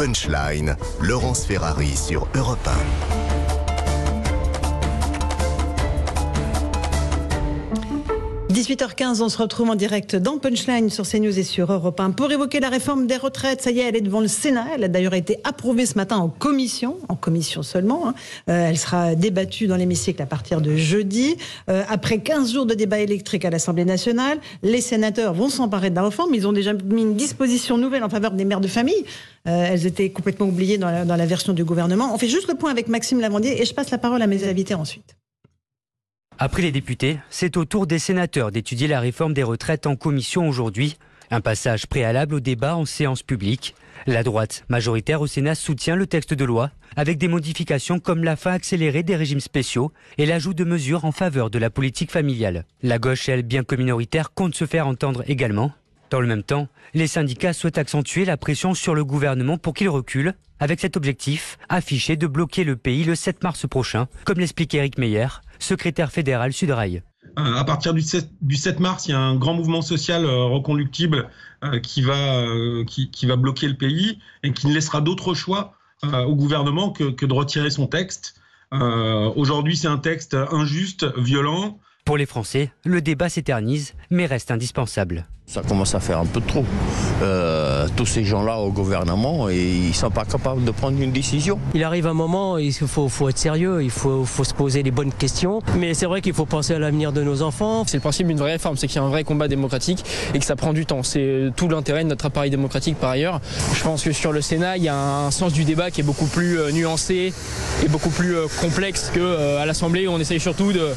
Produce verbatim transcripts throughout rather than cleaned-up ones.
Punchline, Laurence Ferrari sur Europe un. dix-huit heures quinze, on se retrouve en direct dans Punchline sur CNews et sur Europe un pour évoquer la réforme des retraites. Ça y est, elle est devant le Sénat. Elle a d'ailleurs été approuvée ce matin en commission, en commission seulement. Hein. Euh, elle sera débattue dans l'hémicycle à partir de jeudi. Euh, après quinze jours de débat électrique à l'Assemblée nationale, les sénateurs vont s'emparer de la réforme. Ils ont déjà mis une disposition nouvelle en faveur des mères de famille. Euh, elles étaient complètement oubliées dans la, dans la version du gouvernement. On fait juste le point avec Maxime Lavandier et je passe la parole à mes invités ensuite. Après les députés, c'est au tour des sénateurs d'étudier la réforme des retraites en commission aujourd'hui. Un passage préalable au débat en séance publique. La droite, majoritaire au Sénat, soutient le texte de loi, avec des modifications comme la fin accélérée des régimes spéciaux et l'ajout de mesures en faveur de la politique familiale. La gauche, elle, bien que minoritaire, compte se faire entendre également. Dans le même temps, les syndicats souhaitent accentuer la pression sur le gouvernement pour qu'il recule, avec cet objectif affiché de bloquer le pays le sept mars prochain, comme l'explique Éric Meyer, secrétaire fédéral Sudrail. À partir du sept mars, il y a un grand mouvement social reconductible qui va, qui, qui va bloquer le pays et qui ne laissera d'autre choix au gouvernement que, que de retirer son texte. Aujourd'hui, c'est un texte injuste, violent. Pour les Français, le débat s'éternise, mais reste indispensable. Ça commence à faire un peu trop. Euh, tous ces gens-là au gouvernement, et ils ne sont pas capables de prendre une décision. Il arrive un moment, il faut, faut être sérieux, il faut, faut se poser les bonnes questions. Mais c'est vrai qu'il faut penser à l'avenir de nos enfants. C'est le principe d'une vraie réforme, c'est qu'il y a un vrai combat démocratique et que ça prend du temps. C'est tout l'intérêt de notre appareil démocratique par ailleurs. Je pense que sur le Sénat, il y a un sens du débat qui est beaucoup plus euh, nuancé et beaucoup plus euh, complexe qu'à euh, l'Assemblée où on essaye surtout de...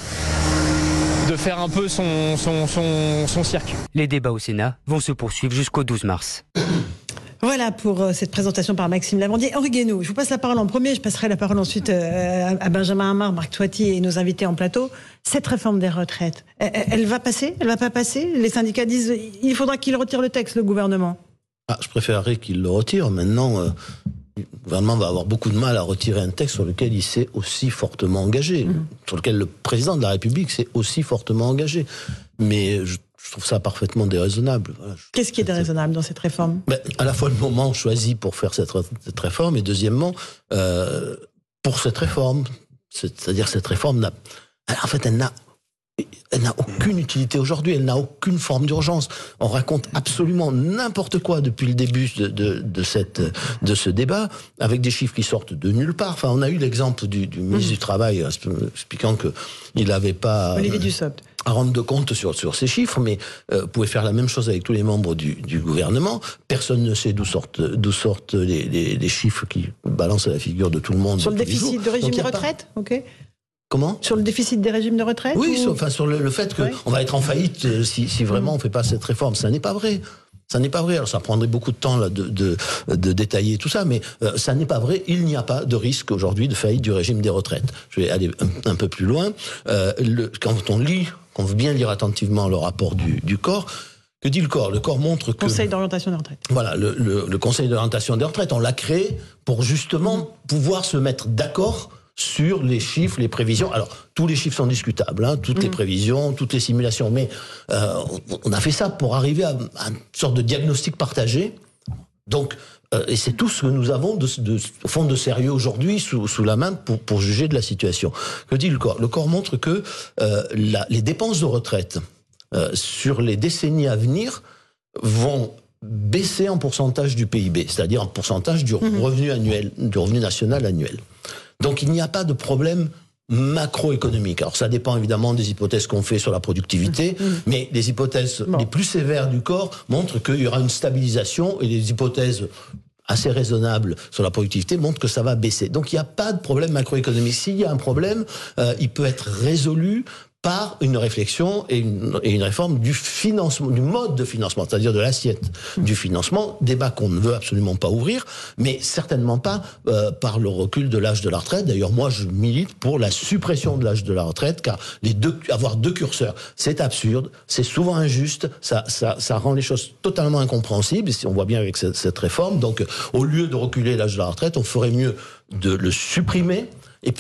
de faire un peu son, son, son, son cirque. Les débats au Sénat vont se poursuivre jusqu'au douze mars. Voilà pour euh, cette présentation par Maxime Lavandier. Henri Guénaud, je vous passe la parole en premier, je passerai la parole ensuite euh, à Benjamin Hamar, Marc Toiti et nos invités en plateau. Cette réforme des retraites, elle, elle va passer? Elle va pas passer? Les syndicats disent il faudra qu'il retire le texte, le gouvernement. Ah, je préférerais qu'il le retire. Maintenant, euh, le gouvernement va avoir beaucoup de mal à retirer un texte sur lequel il s'est aussi fortement engagé, mmh. sur lequel le président de la République s'est aussi fortement engagé. Mais je, je trouve ça parfaitement déraisonnable. Voilà. Qu'est-ce qui est déraisonnable dans cette réforme? ben, À la fois le moment choisi pour faire cette, cette réforme, et deuxièmement, euh, pour cette réforme. C'est-à-dire cette réforme, n'a, en fait, elle n'a Elle n'a aucune utilité aujourd'hui, elle n'a aucune forme d'urgence. On raconte absolument n'importe quoi depuis le début de, de, de, cette, de ce débat, avec des chiffres qui sortent de nulle part. Enfin, on a eu l'exemple du, du ministre mmh. du Travail expliquant qu'il n'avait pas Olivier Dussopt. à rendre de compte sur, sur ces chiffres, mais euh, vous pouvez faire la même chose avec tous les membres du, du gouvernement. Personne ne sait d'où sortent, d'où sortent les, les, les chiffres qui balancent à la figure de tout le monde. Sur le déficit de régime de retraite, pas... ok. Comment ? Sur le déficit des régimes de retraite? Oui, ou... sur, enfin, sur le, le fait qu'on oui. va être en faillite euh, si, si vraiment on ne fait pas cette réforme. Ça n'est pas vrai. Ça n'est pas vrai. Alors ça prendrait beaucoup de temps là, de, de, de détailler tout ça, mais euh, ça n'est pas vrai. Il n'y a pas de risque aujourd'hui de faillite du régime des retraites. Je vais aller un, un peu plus loin. Euh, le, quand on lit, quand on veut bien lire attentivement le rapport du, du corps, que dit le corps? Le corps montre que... Conseil d'orientation des retraites. Voilà, le, le, le Conseil d'orientation des retraites, on l'a créé pour justement mmh. pouvoir se mettre d'accord sur les chiffres, les prévisions. Alors, tous les chiffres sont discutables, hein, toutes mmh. les prévisions, toutes les simulations, mais euh, on a fait ça pour arriver à, à une sorte de diagnostic partagé. Donc, euh, et c'est tout ce que nous avons de, de, au fond de sérieux aujourd'hui sous, sous la main pour, pour juger de la situation. Que dit le corps? Le corps montre que euh, la, les dépenses de retraite euh, sur les décennies à venir vont baisser en pourcentage du P I B, c'est-à-dire en pourcentage du mmh. revenu annuel, du revenu national annuel. Donc il n'y a pas de problème macroéconomique. Alors ça dépend évidemment des hypothèses qu'on fait sur la productivité, mmh. mais les hypothèses bon. les plus sévères du corps montrent qu'il y aura une stabilisation, et les hypothèses assez raisonnables sur la productivité montrent que ça va baisser. Donc il n'y a pas de problème macroéconomique. S'il y a un problème, euh, il peut être résolu par une réflexion et une, et une réforme du financement, du mode de financement, c'est-à-dire de l'assiette du financement, débat qu'on ne veut absolument pas ouvrir, mais certainement pas euh, par le recul de l'âge de la retraite. D'ailleurs, moi, je milite pour la suppression de l'âge de la retraite, car les deux, avoir deux curseurs, c'est absurde, c'est souvent injuste, ça, ça, ça rend les choses totalement incompréhensibles, et on voit bien avec cette, cette réforme. Donc, au lieu de reculer l'âge de la retraite, on ferait mieux de le supprimer, et puis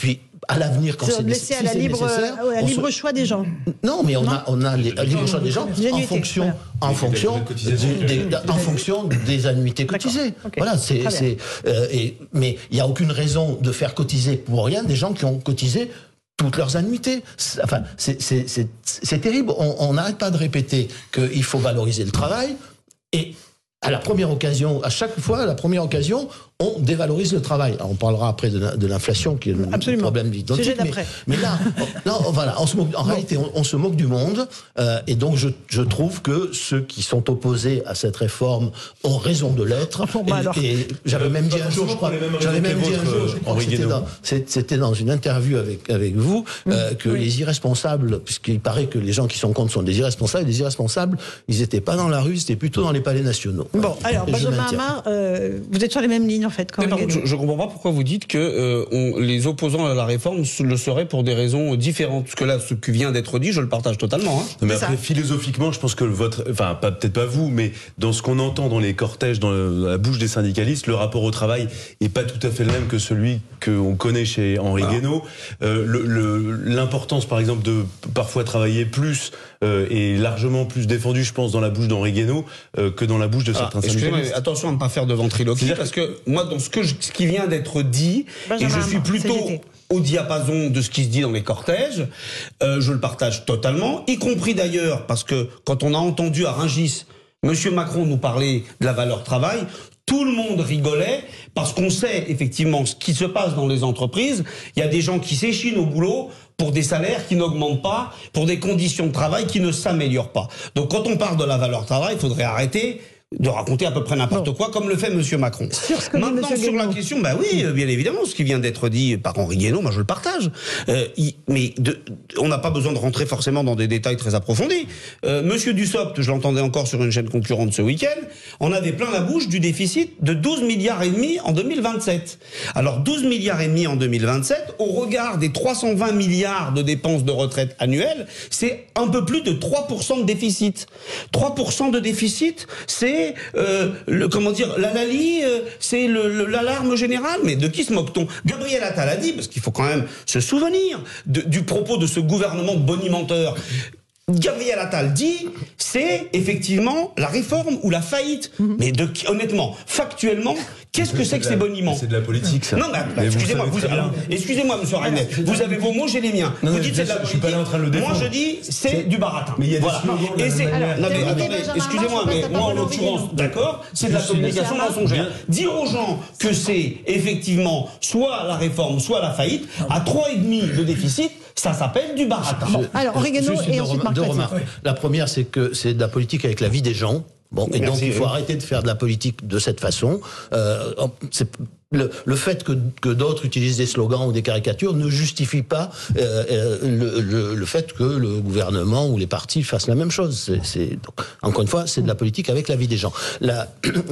à l'avenir, quand c'est nécessaire. Laisser si à la libre, nécessaire, à la libre se... choix des gens. Non, mais on non a, on a les, le libre choix des gens en fonction, voilà. en, fonction des, des, en fonction des annuités cotisées. Okay. Voilà, c'est, c'est, euh, et, mais il n'y a aucune raison de faire cotiser pour rien des gens qui ont cotisé toutes leurs annuités. Enfin, c'est, c'est, c'est, c'est terrible. On n'arrête pas de répéter qu'il faut valoriser le travail et à la première occasion, à chaque fois, à la première occasion, on dévalorise le travail. Alors on parlera après de l'inflation, qui est Absolument. un problème identique. Mais, mais là, on, là, voilà, on se moque, en non. réalité, on, on se moque du monde. Euh, et donc, je, je trouve que ceux qui sont opposés à cette réforme ont raison de l'être. Bon, bah et, et j'avais même dit un jour, je crois, j'avais même dit un jour, je crois que c'était dans, c'était dans une interview avec avec vous, euh, que oui. les irresponsables, puisqu'il paraît que les gens qui sont contre sont des irresponsables, les irresponsables, ils n'étaient pas dans la rue, c'était plutôt dans les palais nationaux. Bon, alors, Benjamin Hamar, euh, vous êtes sur les mêmes lignes en fait. Mais par contre, je ne comprends pas pourquoi vous dites que euh, on, les opposants à la réforme le seraient pour des raisons différentes. Parce que là, ce qui vient d'être dit, je le partage totalement. Hein. Mais après, ça. philosophiquement, je pense que votre, enfin, pas, peut-être pas vous, mais dans ce qu'on entend dans les cortèges, dans la bouche des syndicalistes, le rapport au travail est pas tout à fait le même que celui qu'on connaît chez Henri ah. Guénaud. Euh, le, le, l'importance, par exemple, de parfois travailler plus euh, est largement plus défendue, je pense, dans la bouche d'Henri Guénaud euh, que dans la bouche de ah, certains syndicalistes. Attention à ne pas faire de ventriloquie, parce que moi, dans ce, que je, ce qui vient d'être dit, Benjamin, et je suis plutôt au diapason de ce qui se dit dans les cortèges, euh, je le partage totalement, y compris d'ailleurs, parce que quand on a entendu à Rungis, Monsieur Macron nous parler de la valeur travail, tout le monde rigolait, parce qu'on sait effectivement ce qui se passe dans les entreprises. Il y a des gens qui s'échinent au boulot pour des salaires qui n'augmentent pas, pour des conditions de travail qui ne s'améliorent pas. Donc quand on parle de la valeur travail, il faudrait arrêter de raconter à peu près n'importe bon. quoi, comme le fait Monsieur Macron. Sur ce que Maintenant, dit sur la question, bah oui, bien évidemment, ce qui vient d'être dit par Henri Guénaud, moi je le partage. Euh, il, mais de, on n'a pas besoin de rentrer forcément dans des détails très approfondis. Euh, Monsieur Dussopt, je l'entendais encore sur une chaîne concurrente ce week-end, on avait plein la bouche du déficit de douze milliards et demi en deux mille vingt-sept. Alors douze milliards et demi en deux mille vingt-sept, au regard des trois cent vingt milliards de dépenses de retraite annuelles, c'est un peu plus de trois pour cent de déficit. trois pour cent de déficit, c'est Euh, le, comment dire, la Lali, euh, c'est l'alarme générale. Mais de qui se moque-t-on? Gabriel Attal a dit, parce qu'il faut quand même se souvenir de, du propos de ce gouvernement bonimenteur. Gabriel Attal dit, c'est effectivement la réforme ou la faillite. Mmh. Mais de, honnêtement, factuellement, qu'est-ce que c'est que ces boniments? C'est de la politique, ça. Non, mais, mais excusez-moi, vous, excusez-moi, monsieur Reynet, vous avez vos mots, j'ai les miens. Non, vous non, dites c'est de la politique. Je suis pas là en train de le défendre. Moi, je dis, c'est du baratin. Mais il y a des voilà. slogans. Et c'est, alors, non, mais, attendez, attendez, excusez-moi, mais moi, en l'occurrence, d'accord, c'est de la communication mensongère. Dire aux gens que c'est effectivement soit la réforme, soit la faillite, à trois virgule cinq de déficit, ça s'appelle du baratin. Bon, alors, Henri Guénaud et ensuite Marc Patti. La première, c'est que c'est de la politique avec la vie des gens. Bon, et Merci, donc il faut oui. arrêter de faire de la politique de cette façon. Euh, c'est, le, le fait que, que d'autres utilisent des slogans ou des caricatures ne justifie pas euh, le, le, le fait que le gouvernement ou les partis fassent la même chose. C'est, c'est, donc, encore une fois, c'est de la politique avec la vie des gens. La,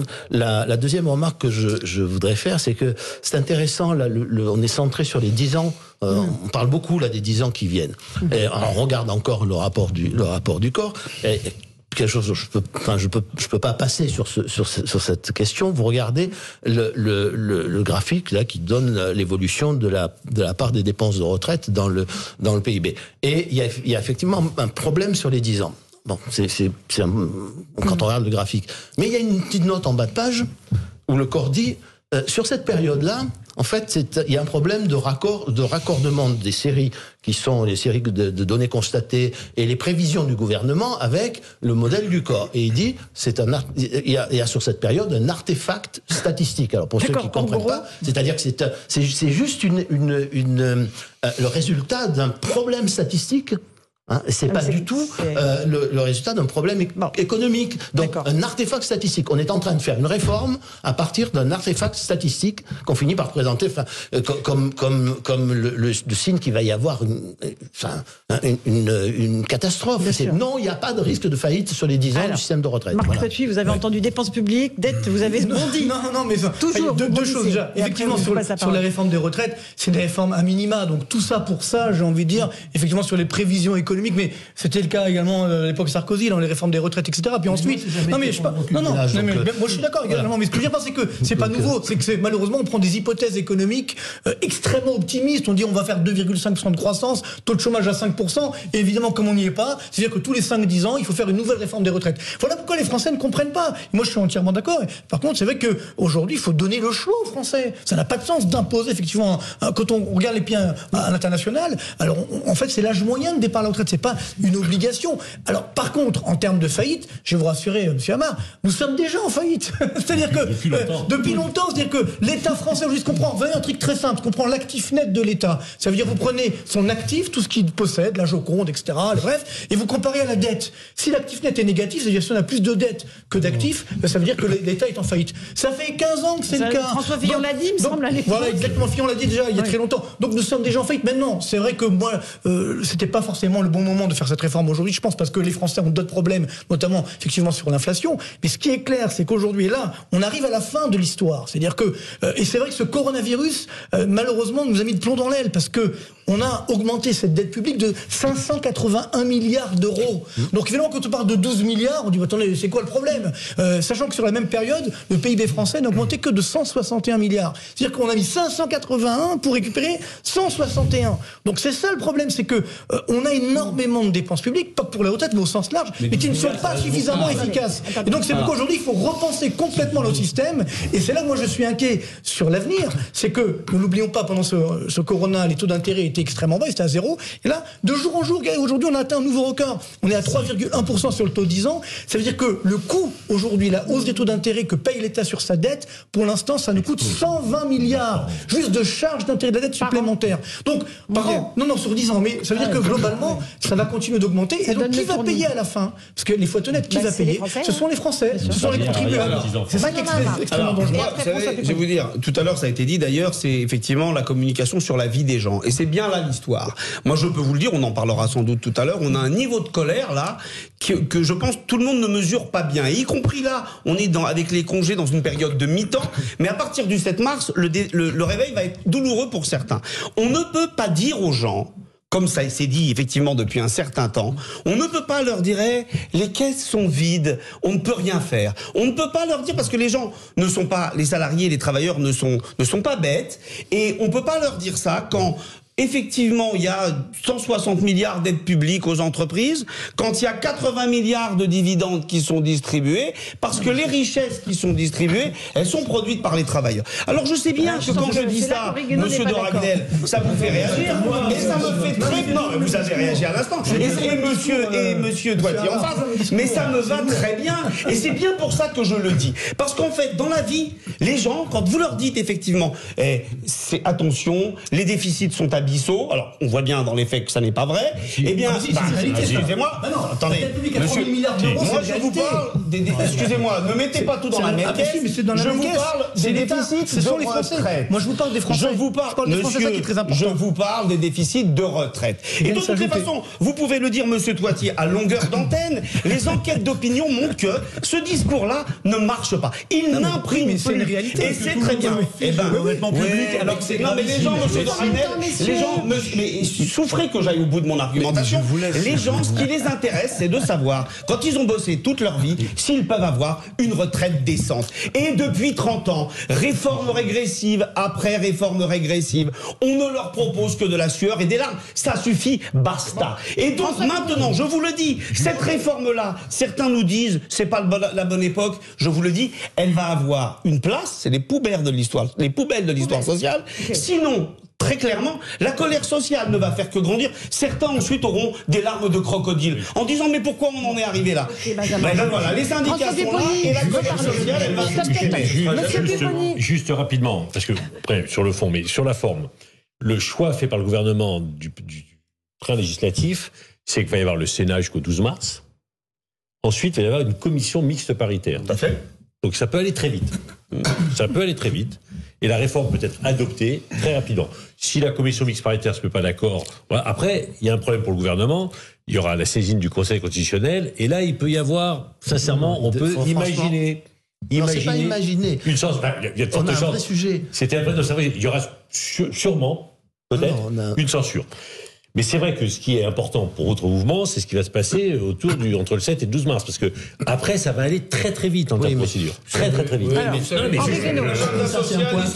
la, la deuxième remarque que je, je voudrais faire, c'est que c'est intéressant, là, le, le, on est centré sur les dix ans. Euh, mmh. On parle beaucoup là des dix ans qui viennent. Mmh. Et on regarde encore le rapport du, le rapport du corps. Et, quelque chose, je peux, enfin, je peux, je peux pas passer sur ce, sur, ce, sur cette question. Vous regardez le, le, le, le graphique là qui donne l'évolution de la, de la part des dépenses de retraite dans le, dans le P I B. Et il y a, il y a effectivement un problème sur les dix ans. Bon, c'est, c'est, c'est un, quand on regarde le graphique. Mais il y a une petite note en bas de page où le corps dit, euh, sur cette période-là, en fait, c'est, il y a un problème de raccord, de raccordement des séries qui sont les séries de, de données constatées et les prévisions du gouvernement avec le modèle du corps. Et il dit, c'est un, il y a, il y a sur cette période un artefact statistique. Alors pour D'accord, ceux qui comprennent gros... pas, c'est-à-dire que c'est, c'est, c'est juste une, une, une, euh, le résultat d'un problème statistique. Hein, c'est pas c'est, du tout euh, le, le résultat d'un problème é- bon. économique. Donc D'accord. un artefact statistique. On est en train de faire une réforme à partir d'un artefact statistique qu'on finit par présenter euh, comme comme comme le, le, le signe qu'il va y avoir une enfin, une, une, une catastrophe. C'est, non, il n'y a pas de risque de faillite sur les dix ans Alors, du système de retraite. Marc voilà. Patti, vous avez ouais. entendu dépenses publiques, dettes, vous avez bondi. Non, non, mais ça, toujours deux, deux choses déjà. Effectivement, sur, sur les réformes des retraites, c'est des réformes à minima. Donc tout ça pour ça, j'ai envie de dire, effectivement sur les prévisions économiques. économique, mais c'était le cas également à l'époque Sarkozy, dans les réformes des retraites, et cetera. Puis mais ensuite, non mais je pas, non non, non mais, moi je suis d'accord également. Voilà. Mais ce que je veux dire, c'est que c'est pas nouveau, c'est que c'est, malheureusement on prend des hypothèses économiques euh, extrêmement optimistes. On dit on va faire deux virgule cinq pour cent de croissance, taux de chômage à cinq pour cent, et évidemment comme on n'y est pas, c'est-à-dire que tous les cinq dix ans, il faut faire une nouvelle réforme des retraites. Voilà pourquoi les Français ne comprennent pas. Et moi je suis entièrement d'accord. Par contre, c'est vrai que aujourd'hui, il faut donner le choix aux Français. Ça n'a pas de sens d'imposer effectivement quand on regarde les pays à l'international. Alors on, en fait, c'est l'âge moyen de départ à la retraite, c'est pas une obligation. Alors par contre, en termes de faillite, je vais vous rassurer, M. Hamar, nous sommes déjà en faillite. C'est-à-dire que depuis longtemps, euh, depuis longtemps c'est-à-dire que l'État français aujourd'hui se comprend. Vous voyez un truc très simple, on prend l'actif net de l'État. Ça veut dire vous prenez son actif, tout ce qu'il possède, la Joconde, et cetera. Bref, et vous comparez à la dette. Si l'actif net est négatif, c'est-à-dire si on a plus de dettes que d'actifs, ben, ça veut dire que l'État est en faillite. Ça fait quinze ans que c'est ça, le cas. François Fillon l'a dit, il me donc, semble. Allez, voilà, exactement. Fillon l'a dit déjà il y a oui. très longtemps. Donc nous sommes déjà en faillite. Maintenant, c'est vrai que moi, euh, c'était pas forcément le bon moment de faire cette réforme aujourd'hui. Je pense parce que les Français ont d'autres problèmes, notamment effectivement sur l'inflation. Mais ce qui est clair, c'est qu'aujourd'hui, là, on arrive à la fin de l'histoire. C'est-à-dire que, euh, et c'est vrai que ce coronavirus, euh, malheureusement, nous a mis de plomb dans l'aile parce que on a augmenté cette dette publique de cinq cent quatre-vingt-un milliards d'euros. Donc évidemment, quand on parle de douze milliards, on dit attendez, c'est quoi le problème euh, Sachant que sur la même période, le P I B français n'a augmenté que de cent soixante et un milliards. C'est-à-dire qu'on a mis cinq cent quatre-vingt-un pour récupérer cent soixante et un. Donc c'est ça le problème, c'est que euh, on a énormément de dépenses publiques, pas pour la retraite, mais au sens large, mais, mais qui ne sont pas suffisamment efficaces. Et donc c'est pourquoi aujourd'hui il faut repenser complètement notre système. Et c'est là que moi je suis inquiet sur l'avenir. C'est que, ne l'oublions pas, pendant ce, ce corona, les taux d'intérêt étaient extrêmement bas, ils étaient à zéro. Et là, de jour en jour, aujourd'hui on a atteint un nouveau record. On est à trois virgule un pour cent sur le taux de dix ans. Ça veut dire que le coût aujourd'hui, la hausse des taux d'intérêt que paye l'État sur sa dette, pour l'instant ça nous coûte cent vingt milliards juste de charges d'intérêt de la dette supplémentaire. Donc, par an, non, non, sur dix ans, mais ça veut dire que globalement, ça va continuer d'augmenter. Et donc, qui va payer à la fin? Parce qu'il faut être honnête, qui bah, va payer? Ce sont les Français, ce sont les contribuables. C'est ça qui est extrêmement dangereux. Vous savez, je vais vous dire, tout à l'heure, ça a été dit d'ailleurs, c'est effectivement la communication sur la vie des gens. Et c'est bien là l'histoire. Moi, je peux vous le dire, on en parlera sans doute tout à l'heure, on a un niveau de colère là que, que je pense tout le monde ne mesure pas bien. Et y compris là, on est dans, avec les congés dans une période de mi-temps, mais à partir du sept mars, le, dé, le, le réveil va être douloureux pour certains. On ne peut pas dire aux gens, comme ça s'est dit effectivement depuis un certain temps, on ne peut pas leur dire hey, les caisses sont vides, on ne peut rien faire. On ne peut pas leur dire parce que les gens ne sont pas, les salariés, les travailleurs ne sont ne sont pas bêtes, et on ne peut pas leur dire ça quand effectivement, il y a cent soixante milliards d'aides publiques aux entreprises, quand il y a quatre-vingts milliards de dividendes qui sont distribués, parce que les richesses qui sont distribuées, elles sont produites par les travailleurs. Alors je sais bien que quand je dis ça, Monsieur de Ragnel, ça vous fait réagir, et ça me fait très bien. Vous avez réagi à l'instant, et, et Monsieur et Monsieur Doitier en face, mais ça me va très bien, et c'est bien pour ça que je le dis, parce qu'en fait, dans la vie, les gens, quand vous leur dites effectivement, eh, c'est attention, les déficits sont à Bissot, alors on voit bien dans les faits que ça n'est pas vrai. Eh bien, bah, excusez-moi, bah non, attendez, monsieur, moi je vous parle des, des excusez-moi, ne mettez pas tout dans la même caisse. Je vous parle des déficits de retraite. Moi je vous parle des Français. Je vous parle, monsieur, je vous parle des déficits de retraite. Et de toutes les façons, vous pouvez le dire, monsieur Toitier, à longueur d'antenne, les enquêtes d'opinion montrent que ce discours-là ne marche pas. Il n'imprime plus. Et c'est très bien. Eh ben, alors que c'est non mais les gens, monsieur de Ragnel, les gens, me, mais souffrez que j'aille au bout de mon argumentation. Les gens, ce qui les intéresse, c'est de savoir, quand ils ont bossé toute leur vie, s'ils peuvent avoir une retraite décente. Et depuis trente ans, réforme régressive après réforme régressive, on ne leur propose que de la sueur et des larmes. Ça suffit, basta. Et donc maintenant, je vous le dis, cette réforme-là, certains nous disent, c'est pas la bonne époque, je vous le dis, elle va avoir une place, c'est les poubelles de l'histoire, les poubelles de l'histoire sociale. Sinon, très clairement, la colère sociale ne va faire que grandir. Certains ensuite auront des larmes de crocodile en disant mais pourquoi on en est arrivé là? Ben, ben voilà, les syndicats sont là et la colère sociale elle va se juste, juste rapidement, parce que après, sur le fond, mais sur la forme, le choix fait par le gouvernement du, du train législatif, c'est qu'il va y avoir le Sénat jusqu'au douze mars. Ensuite, il va y avoir une commission mixte paritaire. Tout à fait. Donc ça peut aller très vite. Ça peut aller très vite. Et la réforme peut être adoptée très rapidement. Si la commission mixte paritaire ne se met pas d'accord, voilà. Après, il y a un problème pour le gouvernement. Il y aura la saisine du Conseil constitutionnel. Et là, il peut y avoir, sincèrement, on peut imaginer... Non, c'est pas imaginer. Une chance, il y a de fortes on a un chances. vrai sujet. C'était un vrai de savoir. Il y aura sûrement, peut-être, une censure. Mais c'est vrai que ce qui est important pour votre mouvement, c'est ce qui va se passer autour du entre le sept et le douze mars, parce que après ça va aller très très vite en termes de procédure, très très très vite. Alors, Henri Ça,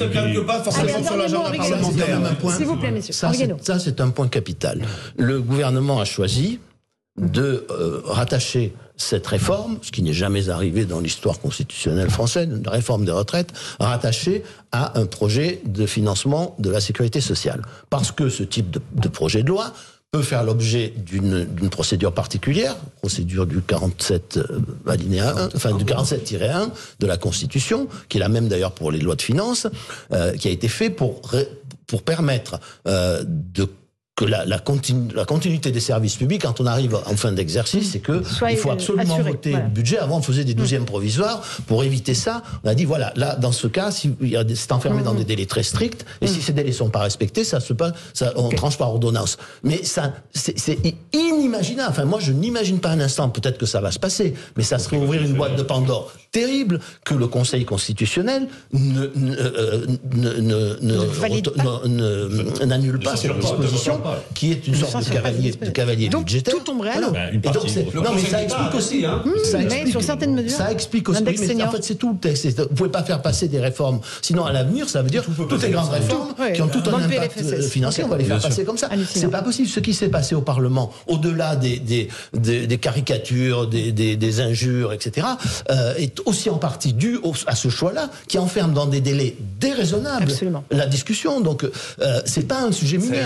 ça c'est un point capital. Le gouvernement a choisi de euh, rattacher cette réforme, ce qui n'est jamais arrivé dans l'histoire constitutionnelle française, une réforme des retraites, rattachée à un projet de financement de la sécurité sociale. Parce que ce type de, de projet de loi peut faire l'objet d'une d'une procédure particulière, procédure du quarante-sept euh, alinéa un, enfin du quarante-sept tiret un de la Constitution, qui est la même d'ailleurs pour les lois de finances, euh, qui a été fait pour pour permettre euh, de que la, la, continu, la continuité des services publics, quand on arrive en fin d'exercice, c'est que Soyez il faut absolument assuré, voter voilà. le budget. Avant, on faisait des douzièmes provisoires. Pour éviter ça, on a dit, voilà, là, dans ce cas, si c'est enfermé mmh. dans des délais très stricts, et mmh. si ces délais sont pas respectés, ça se passe, ça, on okay. tranche par ordonnance. Mais ça, c'est inimaginable. Enfin, moi, je n'imagine pas un instant, peut-être que ça va se passer, mais ça serait ouvrir une boîte de Pandore terrible que le Conseil constitutionnel ne, ne, euh, ne, ne, ne, n'annule pas cette disposition qui est une sorte de cavalier, de cavalier donc, budgétaire. Tout tomberait à l'eau. Voilà. Et donc, non, mais ça explique aussi. Hein, mmh, ça explique, sur certaines mesures. Ça explique aussi. Oui, mais en fait, c'est tout le texte. Vous pouvez pas faire passer des réformes. Sinon, à l'avenir, ça veut dire que toutes les grandes réformes tout, qui ont tout un impact financier, on va les faire passer comme ça. C'est pas possible. Ce qui s'est passé au Parlement, au-delà des, des, des, des caricatures, des, des, des injures, et cetera, euh, est aussi en partie dû au, à ce choix-là, qui enferme dans des délais déraisonnables Absolument. la discussion. Donc, euh, c'est pas un sujet mineur.